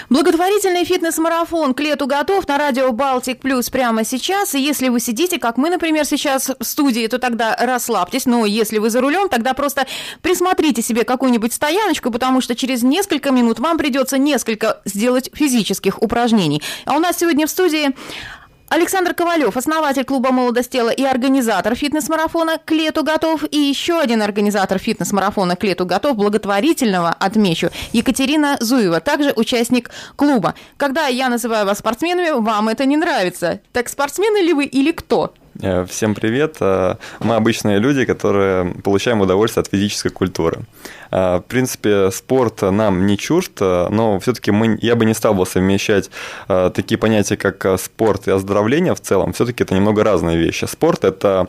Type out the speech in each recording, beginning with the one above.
Благотворительный фитнес-марафон к лету готов на радио Балтик Плюс прямо сейчас. И если вы сидите, как мы, например, сейчас в студии, то тогда расслабьтесь. Но если вы за рулем, тогда просто присмотрите себе какую-нибудь стояночку, потому что через несколько минут вам придется несколько сделать физических упражнений. А у нас сегодня в студии Александр Ковалев, основатель клуба «Молодость тела» и организатор фитнес-марафона «К лету готов». И еще один организатор фитнес-марафона «К лету готов», благотворительного, отмечу, Екатерина Зуева, также участник клуба. Когда я называю вас спортсменами, вам это не нравится. Так спортсмены ли вы или кто? Всем привет. Мы обычные люди, которые получаем удовольствие от физической культуры. В принципе, спорт нам не чужд, но все-таки я бы не стал бы совмещать такие понятия, как спорт и оздоровление в целом. Все-таки это немного разные вещи. Спорт – это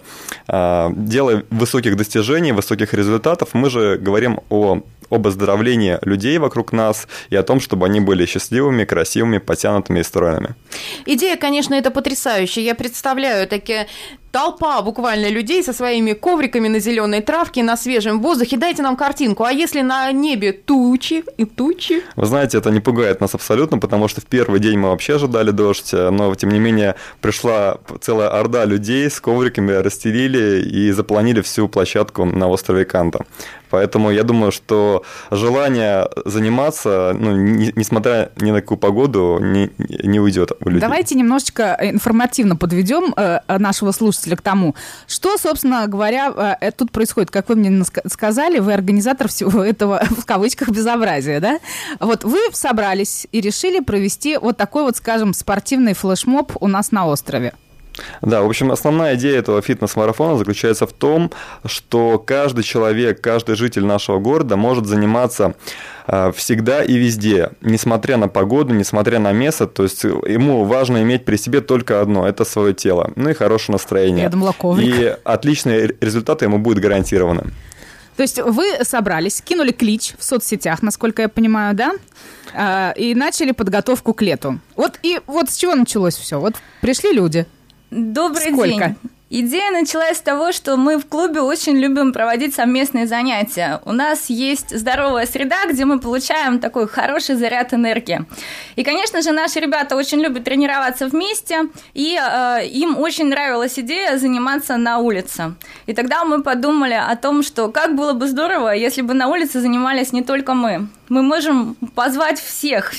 дело высоких достижений, высоких результатов. Мы же говорим об оздоровлении людей вокруг нас и о том, чтобы они были счастливыми, красивыми, подтянутыми и стройными. Идея, конечно, это потрясающая. Я представляю такие толпа буквально людей со своими ковриками на зеленой травке, на свежем воздухе. Дайте нам картинку. А если на небе тучи и тучи? Вы знаете, это не пугает нас абсолютно, потому что в первый день мы вообще ожидали дождь, но тем не менее пришла целая орда людей с ковриками, расстелили и заполонили всю площадку на острове Канта. Поэтому я думаю, что желание заниматься, несмотря ни на какую погоду, не уйдет у людей. Давайте немножечко информативно подведем нашего слушателя к тому, что, собственно говоря, тут происходит. Как вы мне сказали, вы организатор всего этого, в кавычках, безобразия, да? Вот вы собрались и решили провести вот такой вот, скажем, спортивный флешмоб у нас на острове. Да, в общем, основная идея этого фитнес-марафона заключается в том, что каждый человек, каждый житель нашего города может заниматься всегда и везде, несмотря на погоду, несмотря на место. То есть ему важно иметь при себе только одно – это свое тело, и хорошее настроение. Я думала, коврик. И отличные результаты ему будут гарантированы. То есть вы собрались, кинули клич в соцсетях, насколько я понимаю, да? И начали подготовку к лету. Вот с чего началось все? Вот пришли люди. Добрый день. Идея началась с того, что мы в клубе очень любим проводить совместные занятия. У нас есть здоровая среда, где мы получаем такой хороший заряд энергии. И, конечно же, наши ребята очень любят тренироваться вместе, и им очень нравилась идея заниматься на улице. И тогда мы подумали о том, что как было бы здорово, если бы на улице занимались не только мы. Мы можем позвать всех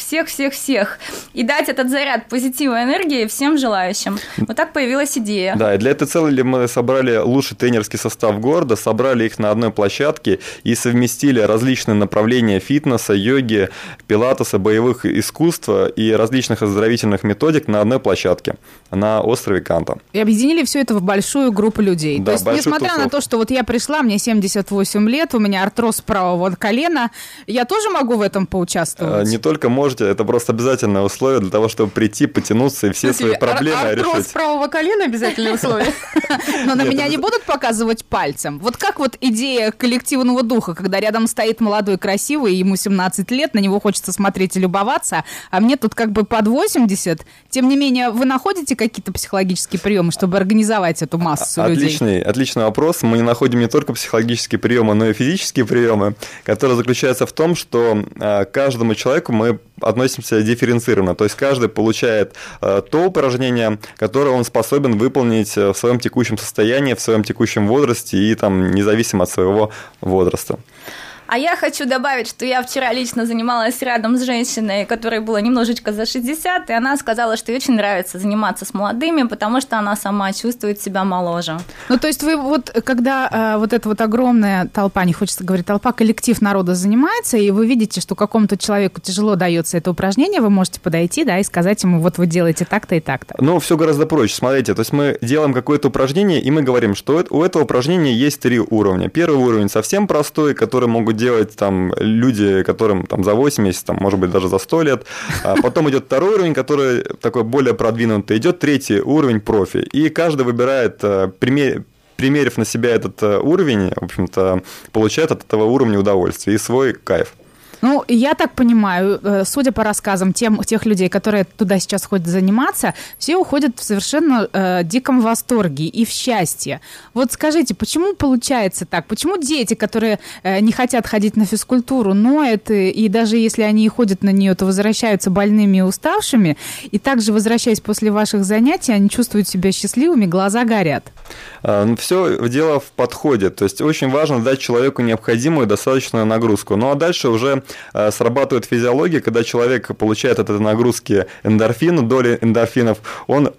и дать этот заряд позитива и энергии всем желающим. Вот так появилась идея. Да, и для этой цели мы собрали лучший тренерский состав города, собрали их на одной площадке и совместили различные направления фитнеса, йоги, пилатеса, боевых искусств и различных оздоровительных методик на одной площадке на острове Канта. И объединили все это в большую группу людей. Да, то есть, несмотря на то, что вот я пришла, мне 78 лет, у меня артроз правого колена, я тоже могу в этом поучаствовать? Не только можете, это просто обязательное условие для того, чтобы прийти, потянуться и все свои проблемы решить. Артроз правого колена обязательное условие? Но на меня не будут показывать пальцем? Вот как вот идея коллективного духа, когда рядом стоит молодой, красивый, ему 17 лет, на него хочется смотреть и любоваться, а мне тут как бы под 80. Тем не менее, вы находите какие-то психологические приемы, чтобы организовать эту массу людей? Отличный вопрос. Мы не находим не только психологические приемы, но и физические приемы, которые заключаются в том, что к каждому человеку мы относимся дифференцированно. То есть каждый получает то упражнение, которое он способен выполнить в своем текущем состоянии, в своем текущем возрасте и независимо от своего возраста. А я хочу добавить, что я вчера лично занималась рядом с женщиной, которой было немножечко за 60, и она сказала, что ей очень нравится заниматься с молодыми, потому что она сама чувствует себя моложе. Ну, то есть вы когда вот эта вот огромная толпа, не хочется говорить толпа, коллектив народа занимается, и вы видите, что какому-то человеку тяжело дается это упражнение, вы можете подойти, да, и сказать ему, вот вы делаете так-то и так-то. Ну, все гораздо проще. Смотрите, то есть мы делаем какое-то упражнение, и мы говорим, что у этого упражнения есть 3 уровня. Первый уровень совсем простой, который могут делать люди, которым за 80, может быть, даже за 100 лет. А потом идет второй уровень, который такой более продвинутый. Идет третий уровень профи. И каждый выбирает, примерив на себя этот уровень, в общем-то, получает от этого уровня удовольствие и свой кайф. Ну, я так понимаю, судя по рассказам тех людей, которые туда сейчас ходят заниматься, все уходят в совершенно диком восторге и в счастье. Вот скажите, почему получается так? Почему дети, которые не хотят ходить на физкультуру, ноют, и даже если они и ходят на нее, то возвращаются больными и уставшими, и также, возвращаясь после ваших занятий, они чувствуют себя счастливыми, глаза горят? Все дело в подходе. То есть очень важно дать человеку необходимую достаточную нагрузку. Ну а дальше уже срабатывает физиология, когда человек получает от этой нагрузки эндорфин, доли эндорфинов, он,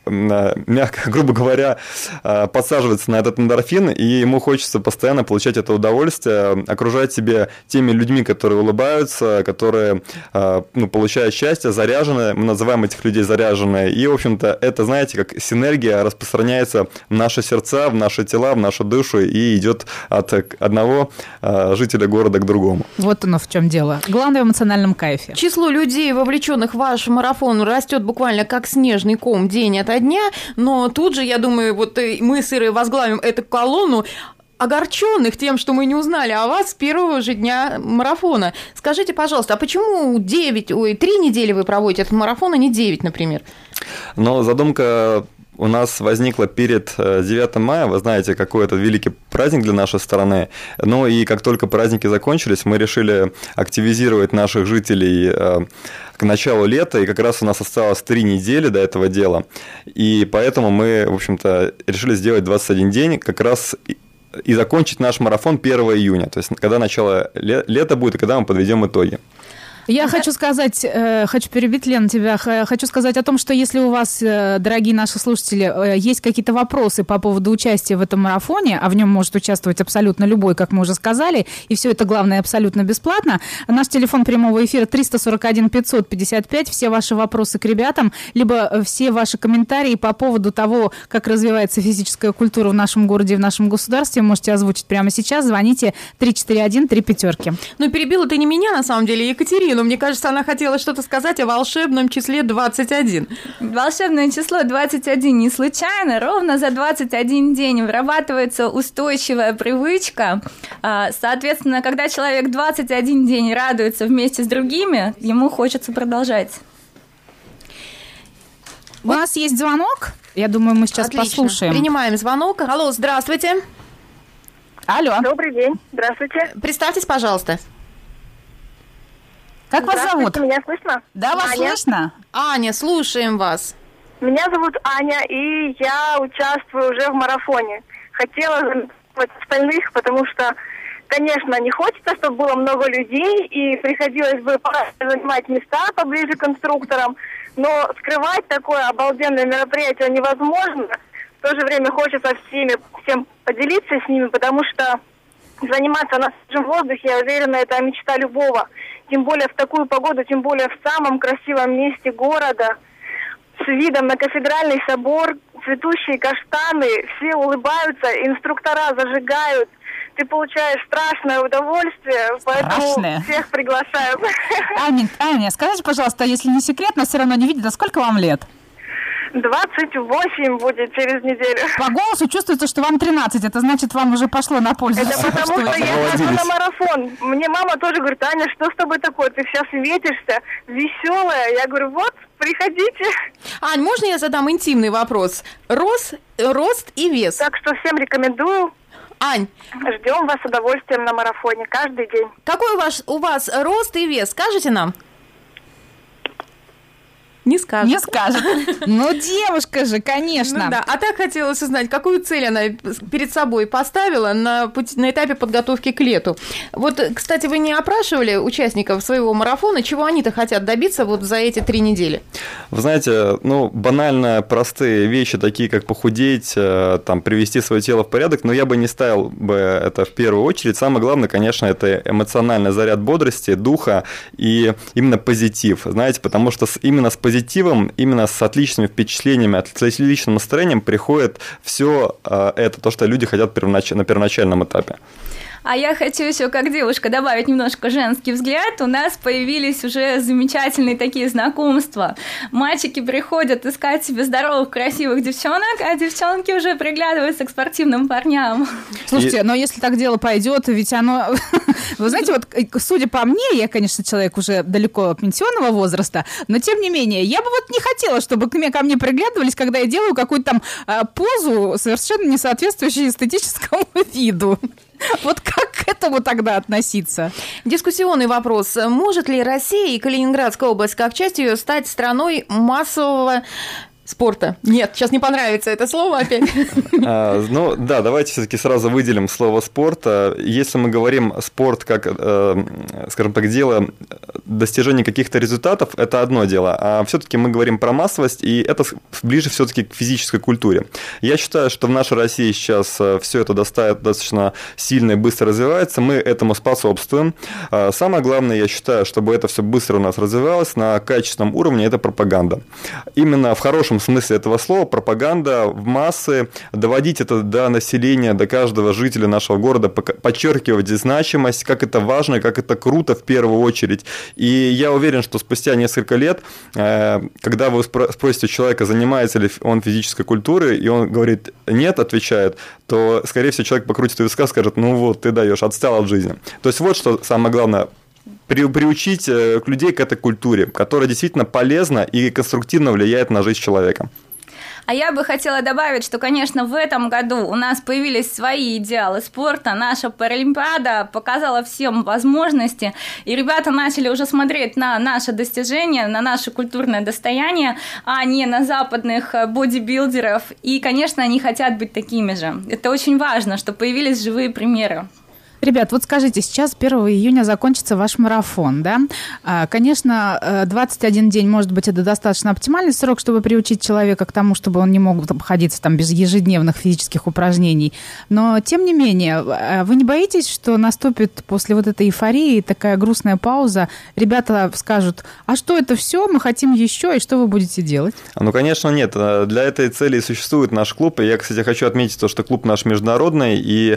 мягко, грубо говоря, подсаживается на этот эндорфин, и ему хочется постоянно получать это удовольствие, окружать себя теми людьми, которые улыбаются, которые получают счастье, заряженные, мы называем этих людей заряженные, и, в общем-то, это, знаете, как синергия распространяется в наши сердца, в наши тела, в нашу душу, и идет от одного жителя города к другому. Вот оно в чем дело. Главное в эмоциональном кайфе. Число людей, вовлеченных в ваш марафон, растет буквально как снежный ком день ото дня, но тут же, я думаю, вот мы с Ирой возглавим эту колонну огорченных тем, что мы не узнали о вас с первого же дня марафона. Скажите, пожалуйста, а почему 3 недели вы проводите этот марафон, а не 9, например? Но задумка у нас возникла перед 9 мая, вы знаете, какой это великий праздник для нашей страны. Ну и как только праздники закончились, мы решили активизировать наших жителей к началу лета, и как раз у нас осталось 3 недели до этого дела. И поэтому мы, в общем-то, решили сделать 21 день как раз и закончить наш марафон 1 июня, то есть когда начало лета будет и когда мы подведем итоги. Я хочу сказать, хочу перебить, Лена, тебя, хочу сказать о том, что если у вас, дорогие наши слушатели, есть какие-то вопросы по поводу участия в этом марафоне, а в нем может участвовать абсолютно любой, как мы уже сказали, и все это, главное, абсолютно бесплатно, наш телефон прямого эфира 341 555, все ваши вопросы к ребятам, либо все ваши комментарии по поводу того, как развивается физическая культура в нашем городе и в нашем государстве, можете озвучить прямо сейчас, звоните 341-3 5. Ну, перебила ты не меня, на самом деле, Екатерину. Мне кажется, она хотела что-то сказать о волшебном числе 21. Волшебное число 21 не случайно. Ровно за 21 день вырабатывается устойчивая привычка. Соответственно, когда человек 21 день радуется вместе с другими, ему хочется продолжать. У нас есть звонок. Я думаю, мы сейчас послушаем. Принимаем звонок. Алло, здравствуйте. Алло. Добрый день. Здравствуйте. Представьтесь, пожалуйста. Как вас зовут? Меня слышно? Да, вас слышно. Аня, слушаем вас. Меня зовут Аня, и я участвую уже в марафоне. Хотела заметить остальных, потому что, конечно, не хочется, чтобы было много людей, и приходилось бы занимать места поближе к инструкторам, но скрывать такое обалденное мероприятие невозможно. В то же время хочется всем поделиться с ними, потому что заниматься на свежем воздухе, я уверена, это мечта любого. Тем более в такую погоду, тем более в самом красивом месте города, с видом на кафедральный собор, цветущие каштаны, все улыбаются, инструктора зажигают. Ты получаешь страшное удовольствие, поэтому всех приглашаю. Аня, скажите, пожалуйста, если не секрет, но все равно не видит, а сколько вам лет? 28 будет через неделю. По голосу чувствуется, что вам 13. Это значит, вам уже пошло на пользу. Это потому, что я хожу на марафон. Мне мама тоже говорит: Аня, что с тобой такое? Ты вся светишься, веселая. Я говорю: вот, приходите. Ань, можно я задам интимный вопрос? Рост и вес. Так что всем рекомендую. Ань. Ждем вас с удовольствием на марафоне каждый день. Какой у вас рост и вес? Скажите нам. Не скажет. Не скажет. Ну, девушка же, конечно. Ну, да. А так хотелось узнать, какую цель она перед собой поставила на этапе подготовки к лету. Вот, кстати, вы не опрашивали участников своего марафона, чего они-то хотят добиться вот за эти 3 недели? Вы знаете, банально простые вещи, такие как похудеть, там, привести свое тело в порядок, но я бы не ставил бы это в первую очередь. Самое главное, конечно, это эмоциональный заряд бодрости, духа и именно позитив, знаете, потому что именно с позитивом, именно с отличными впечатлениями, отличным настроением приходит все это, то, что люди хотят на первоначальном этапе. А я хочу еще, как девушка, добавить немножко женский взгляд. У нас появились уже замечательные такие знакомства. Мальчики приходят искать себе здоровых, красивых девчонок, а девчонки уже приглядываются к спортивным парням. Слушайте, но если так дело пойдет, ведь оно... Вы знаете, вот судя по мне, я, конечно, человек уже далеко от пенсионного возраста, но тем не менее, я бы вот не хотела, чтобы ко мне приглядывались, когда я делаю какую-то там позу, совершенно не соответствующую эстетическому виду. Вот как к этому тогда относиться? Дискуссионный вопрос. Может ли Россия и Калининградская область как часть ее стать страной массового спорта? Нет, сейчас не понравится это слово опять. Ну да, давайте все-таки сразу выделим слово спорт. Если мы говорим спорт как, скажем так, дело достижения каких-то результатов, это одно дело, а все-таки мы говорим про массовость, и это ближе все-таки к физической культуре. Я считаю, что в нашей России сейчас все это достаточно сильно и быстро развивается, мы этому способствуем. Самое главное, я считаю, чтобы это все быстро у нас развивалось на качественном уровне, это пропаганда. Именно в хорошем смысле этого слова пропаганда в массы, доводить это до населения, до каждого жителя нашего города, подчеркивать значимость, как это важно, как это круто в первую очередь. И я уверен, что спустя несколько лет, когда вы спросите человека, занимается ли он физической культурой, и он говорит «нет», отвечает, то, скорее всего, человек покрутит у виска, скажет «ну вот, ты даешь, отстал от жизни». То есть вот что самое главное – приучить людей к этой культуре, которая действительно полезна и конструктивно влияет на жизнь человека. А я бы хотела добавить, что, конечно, в этом году у нас появились свои идеалы спорта, наша Паралимпиада показала всем возможности, и ребята начали уже смотреть на наши достижения, на наше культурное достояние, а не на западных бодибилдеров, и, конечно, они хотят быть такими же. Это очень важно, что появились живые примеры. Ребят, вот скажите, сейчас 1 июня закончится ваш марафон, да? Конечно, 21 день, может быть, это достаточно оптимальный срок, чтобы приучить человека к тому, чтобы он не мог обходиться там без ежедневных физических упражнений. Но, тем не менее, вы не боитесь, что наступит после вот этой эйфории такая грустная пауза? Ребята скажут, а что это все? Мы хотим еще, и что вы будете делать? Ну, конечно, нет. Для этой цели и существует наш клуб. И я, кстати, хочу отметить то, что клуб наш международный, и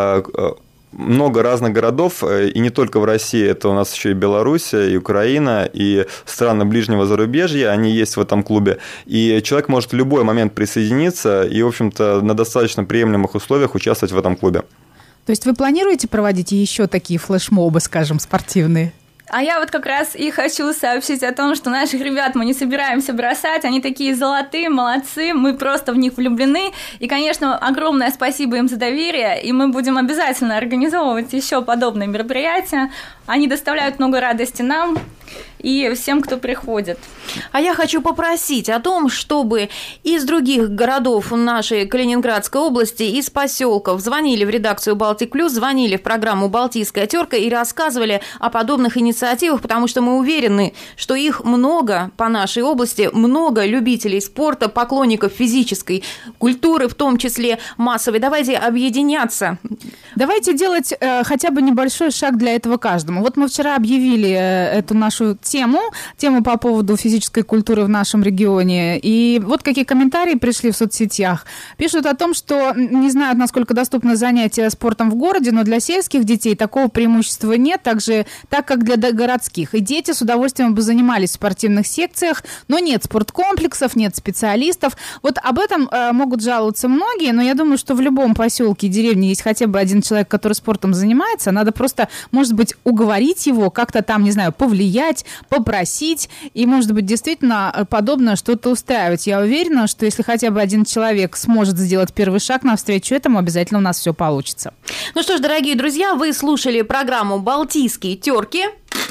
много разных городов, и не только в России, это у нас еще и Беларусь, и Украина, и страны ближнего зарубежья, они есть в этом клубе, и человек может в любой момент присоединиться и, в общем-то, на достаточно приемлемых условиях участвовать в этом клубе. То есть вы планируете проводить еще такие флешмобы, скажем, спортивные? А я вот как раз и хочу сообщить о том, что наших ребят мы не собираемся бросать, они такие золотые, молодцы, мы просто в них влюблены, и, конечно, огромное спасибо им за доверие, и мы будем обязательно организовывать еще подобные мероприятия, они доставляют много радости нам и всем, кто приходит. А я хочу попросить о том, чтобы из других городов нашей Калининградской области, из поселков звонили в редакцию «Балтик Плюс», звонили в программу «Балтийская терка» и рассказывали о подобных инициативах, потому что мы уверены, что их много по нашей области, много любителей спорта, поклонников физической культуры, в том числе массовой. Давайте объединяться. Давайте делать хотя бы небольшой шаг для этого каждому. Вот мы вчера объявили эту нашу тему по поводу физической культуры в нашем регионе. И вот какие комментарии пришли в соцсетях. Пишут о том, что не знают, насколько доступно занятие спортом в городе, но для сельских детей такого преимущества нет, так как для городских. И дети с удовольствием бы занимались в спортивных секциях, но нет спорткомплексов, нет специалистов. Вот об этом могут жаловаться многие, но я думаю, что в любом поселке и деревне есть хотя бы один человек, который спортом занимается. Надо просто, может быть, уговорить его, как-то там, не знаю, повлиять, попросить, и, может быть, действительно подобное что-то устраивать. Я уверена, что если хотя бы один человек сможет сделать первый шаг навстречу этому, обязательно у нас все получится. Ну что ж, дорогие друзья, вы слушали программу «Балтийские терки».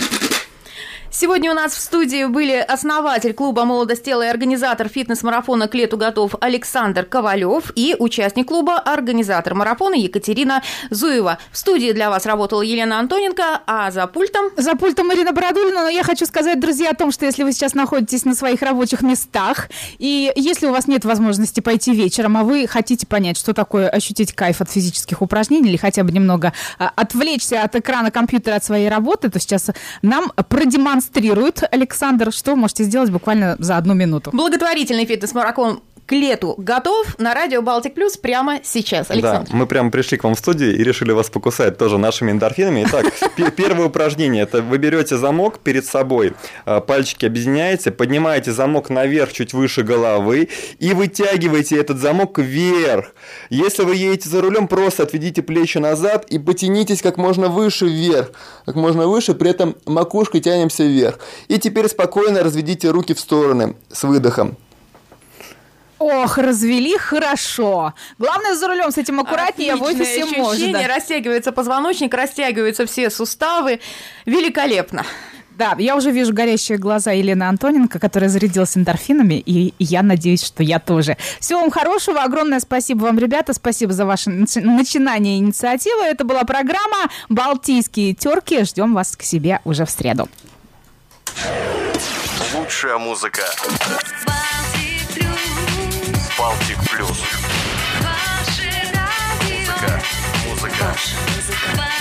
Сегодня у нас в студии были основатель клуба «Молодость тела» и организатор фитнес-марафона «К лету готов» Александр Ковалев и участник клуба, организатор марафона Екатерина Зуева. В студии для вас работала Елена Антоненко, а за пультом Ирина Бородулина. Но я хочу сказать, друзья, о том, что если вы сейчас находитесь на своих рабочих местах, и если у вас нет возможности пойти вечером, а вы хотите понять, что такое ощутить кайф от физических упражнений или хотя бы немного отвлечься от экрана компьютера, от своей работы, то сейчас нам продемонстрирует Александр, что вы можете сделать буквально за 1 минуту. Благотворительный фитнес-марафон «К к лету готов на радио Балтик Плюс прямо сейчас. Александр. Да, мы прямо пришли к вам в студию и решили вас покусать тоже нашими эндорфинами. Итак, первое упражнение – это вы берете замок перед собой, пальчики объединяете, поднимаете замок наверх, чуть выше головы и вытягиваете этот замок вверх. Если вы едете за рулем, просто отведите плечи назад и потянитесь как можно выше вверх, как можно выше, при этом макушкой тянемся вверх. И теперь спокойно разведите руки в стороны с выдохом. Ох, развели хорошо. Главное, за рулем с этим аккуратнее, в офисе можно. Да. Растягивается позвоночник, растягиваются все суставы. Великолепно. Да, я уже вижу горящие глаза Елены Антоненко, которая зарядилась эндорфинами, и я надеюсь, что я тоже. Всего вам хорошего, огромное спасибо вам, ребята, спасибо за ваше начинание и инициативы. Это была программа «Балтийские терки». Ждем вас к себе уже в среду. Лучшая музыка. Балтик Плюс. Музыка.